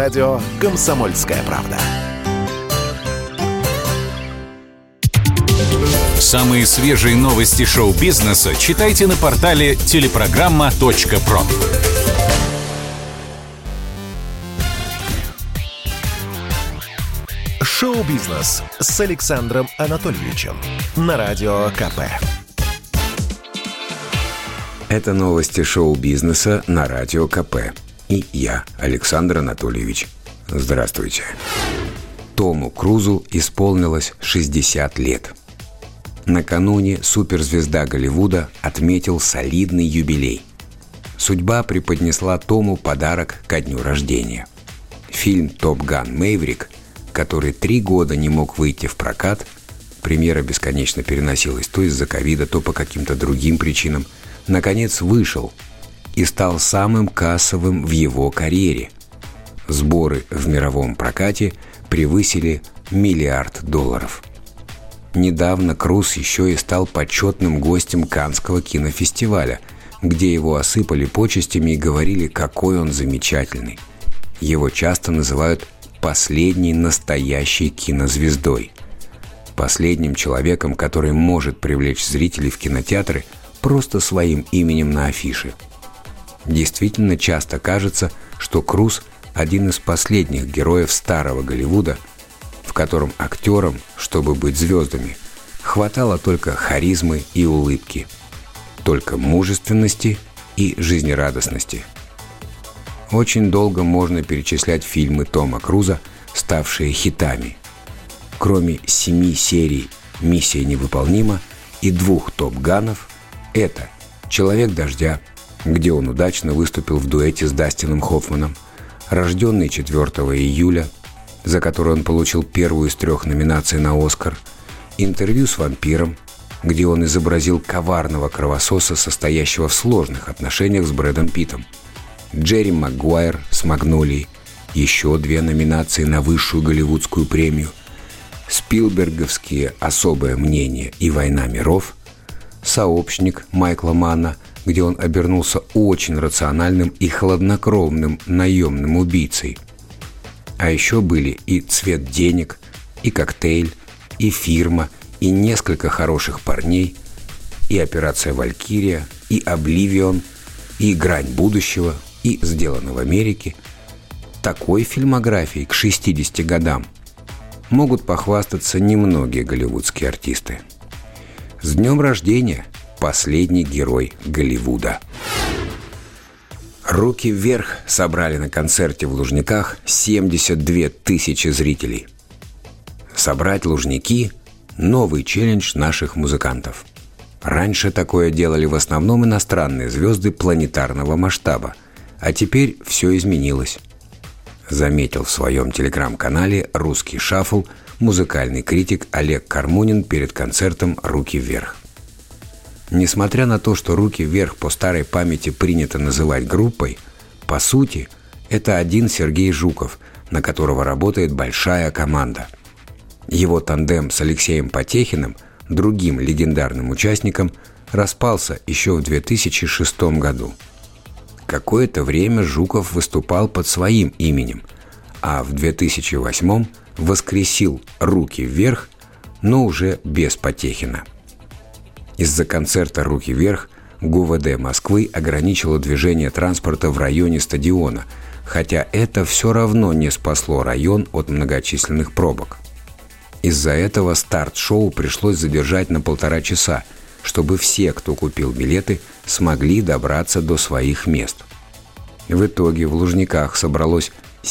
радио «Комсомольская правда». Самые свежие новости шоу-бизнеса читайте на портале телепрограмма.про. Шоу-бизнес с Александром Анатольевичем на Радио КП. Это новости шоу-бизнеса на Радио КП. И я, Александр Анатольевич. Здравствуйте. Тому Крузу исполнилось 60 лет. Накануне суперзвезда Голливуда отметил солидный юбилей. Судьба преподнесла Тому подарок ко дню рождения. Фильм «Топ Ган Мэйврик», который 3 года не мог выйти в прокат, премьера бесконечно переносилась то из-за ковида, то по каким-то другим причинам, наконец вышел и стал самым кассовым в его карьере. Сборы в мировом прокате превысили $1 миллиард. Недавно Круз еще и стал почетным гостем Каннского кинофестиваля, где его осыпали почестями и говорили, какой он замечательный. Его часто называют последней настоящей кинозвездой. Последним человеком, который может привлечь зрителей в кинотеатры просто своим именем на афише. Действительно, часто кажется, что Круз – один из последних героев старого Голливуда, в котором актерам, чтобы быть звездами, хватало только харизмы и улыбки, только мужественности и жизнерадостности. Очень долго можно перечислять фильмы Тома Круза, ставшие хитами. Кроме 7 серий «Миссия невыполнима» и 2 «Топ-ганов», это «Человек дождя», где он удачно выступил в дуэте с Дастином Хоффманом, «Рожденный 4 июля», за который он получил первую из 3 номинаций на «Оскар», «Интервью с вампиром», где он изобразил коварного кровососа, состоящего в сложных отношениях с Брэдом Питтом, Джерри Магуайр с «Магнолией», еще 2 номинации на высшую голливудскую премию, спилберговские «Особое мнение» и «Война миров», «Сообщник» Майкла Манна, где он обернулся очень рациональным и хладнокровным наемным убийцей. А еще были и «Цвет денег», и «Коктейль», и «Фирма», и «Несколько хороших парней», и «Операция Валькирия», и «Обливион», и «Грань будущего», и «Сделано в Америке». Такой фильмографией к 60 годам могут похвастаться немногие голливудские артисты. С днем рождения, последний герой Голливуда! «Руки вверх» собрали на концерте в Лужниках 72 тысячи зрителей. Собрать Лужники – новый челлендж наших музыкантов. Раньше такое делали в основном иностранные звезды планетарного масштаба, а теперь все изменилось. Заметил в своем телеграм-канале «Русский шаффл» музыкальный критик Олег Кармунин перед концертом «Руки вверх». Несмотря на то, что «Руки вверх» по старой памяти принято называть группой, по сути, это один Сергей Жуков, на которого работает большая команда. Его тандем с Алексеем Потехиным, другим легендарным участником, распался еще в 2006 году. Какое-то время Жуков выступал под своим именем, а в 2008 воскресил «Руки вверх», но уже без Потехина. Из-за концерта «Руки вверх» ГУВД Москвы ограничило движение транспорта в районе стадиона, хотя это все равно не спасло район от многочисленных пробок. Из-за этого старт шоу пришлось задержать на 1,5 часа, чтобы все, кто купил билеты, смогли добраться до своих мест. В итоге в Лужниках собралось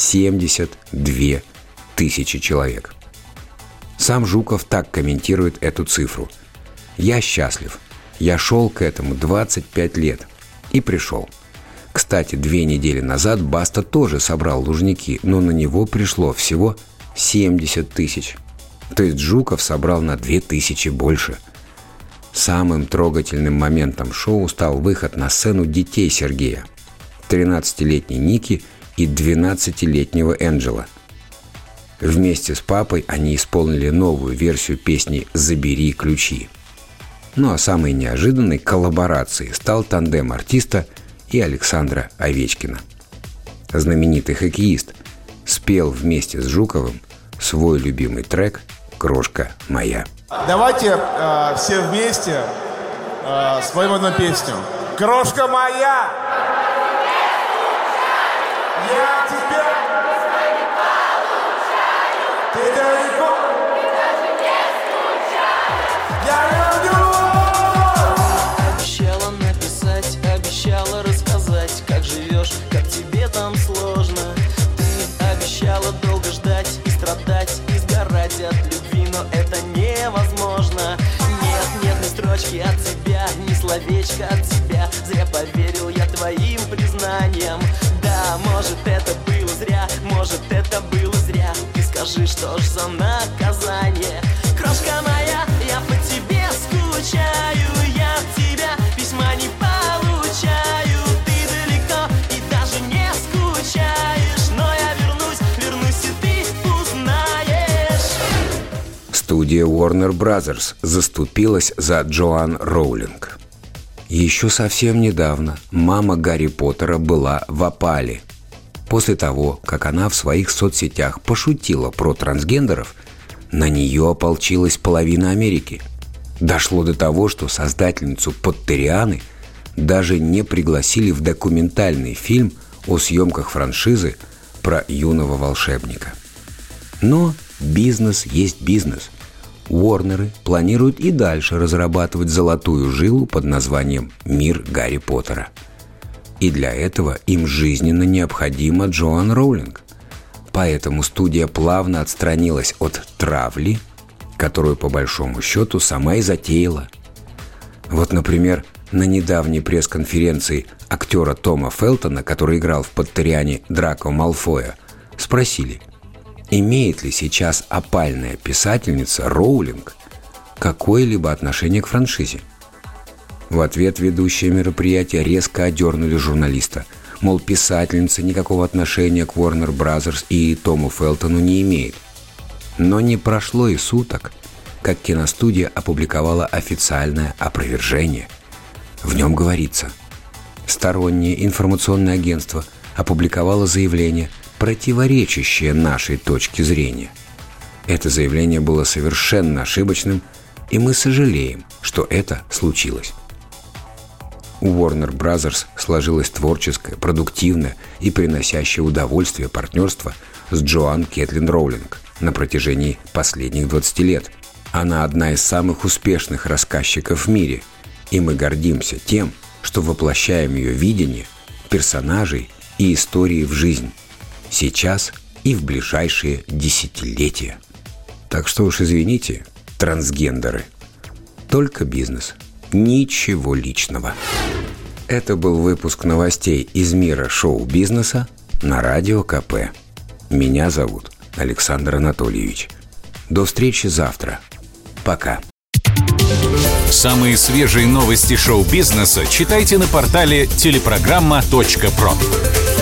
72 тысячи человек. Сам Жуков так комментирует эту цифру: «Я счастлив. Я шел к этому 25 лет. И пришел. Кстати, 2 недели назад Баста тоже собрал Лужники, но на него пришло всего 70 тысяч. То есть Жуков собрал на 2000 больше». Самым трогательным моментом шоу стал выход на сцену детей Сергея, 13-летней Ники и 12-летнего Энджела. Вместе с папой они исполнили новую версию песни «Забери ключи». Ну а самой неожиданной коллаборацией стал тандем артиста и Александра Овечкина. Знаменитый хоккеист спел вместе с Жуковым свой любимый трек «Крошка моя». Давайте все вместе споем одну песню. Крошка моя! Я тебя не получаю. Ты далеко. Даже не скучай. Я люблю. Обещала написать, обещала рассказать, как живешь, как тебе там сложно. Ты обещала долго ждать и страдать, и сгорать от любви, но это невозможно. Нет ни строчки от тебя, ни словечка от тебя. Зря поверил я твоим признаниям. Да, может это было зря, может это было зря. Ты скажи, что ж за наказание? Крошка моя, я по тебе скучаю. Я от тебя письма не получаю. Ты далеко и даже не скучаешь. Но я вернусь и ты узнаешь. Студия Warner Brothers заступилась за Джоан Роулинг. Еще совсем недавно мама Гарри Поттера была в опале. После того, как она в своих соцсетях пошутила про трансгендеров, на нее ополчилась половина Америки. Дошло до того, что создательницу Поттерианы даже не пригласили в документальный фильм о съемках франшизы про юного волшебника. Но бизнес есть бизнес. Уорнеры планируют и дальше разрабатывать золотую жилу под названием «Мир Гарри Поттера». И для этого им жизненно необходима Джоан Роулинг. Поэтому студия плавно отстранилась от травли, которую, по большому счету, сама и затеяла. Вот, например, на недавней пресс-конференции актера Тома Фелтона, который играл в Поттериане Драко Малфоя, спросили, имеет ли сейчас опальная писательница Роулинг какое-либо отношение к франшизе. В ответ ведущие мероприятия резко одернули журналиста, мол, писательница никакого отношения к Warner Brothers и Тому Фелтону не имеет. Но не прошло и суток, как киностудия опубликовала официальное опровержение. В нем говорится: стороннее информационное агентство опубликовало заявление, противоречащее нашей точке зрения. Это заявление было совершенно ошибочным, и мы сожалеем, что это случилось. У Warner Brothers сложилось творческое, продуктивное и приносящее удовольствие партнерство с Джоан Кэтлин Роулинг на протяжении последних 20 лет. Она одна из самых успешных рассказчиков в мире, и мы гордимся тем, что воплощаем ее видение, персонажей и истории в жизнь, сейчас и в ближайшие десятилетия. Так что уж извините, трансгендеры. Только бизнес. Ничего личного. Это был выпуск новостей из мира шоу-бизнеса на Радио КП. Меня зовут Александр Анатольевич. До встречи завтра. Пока. Самые свежие новости шоу-бизнеса читайте на портале телепрограмма.про.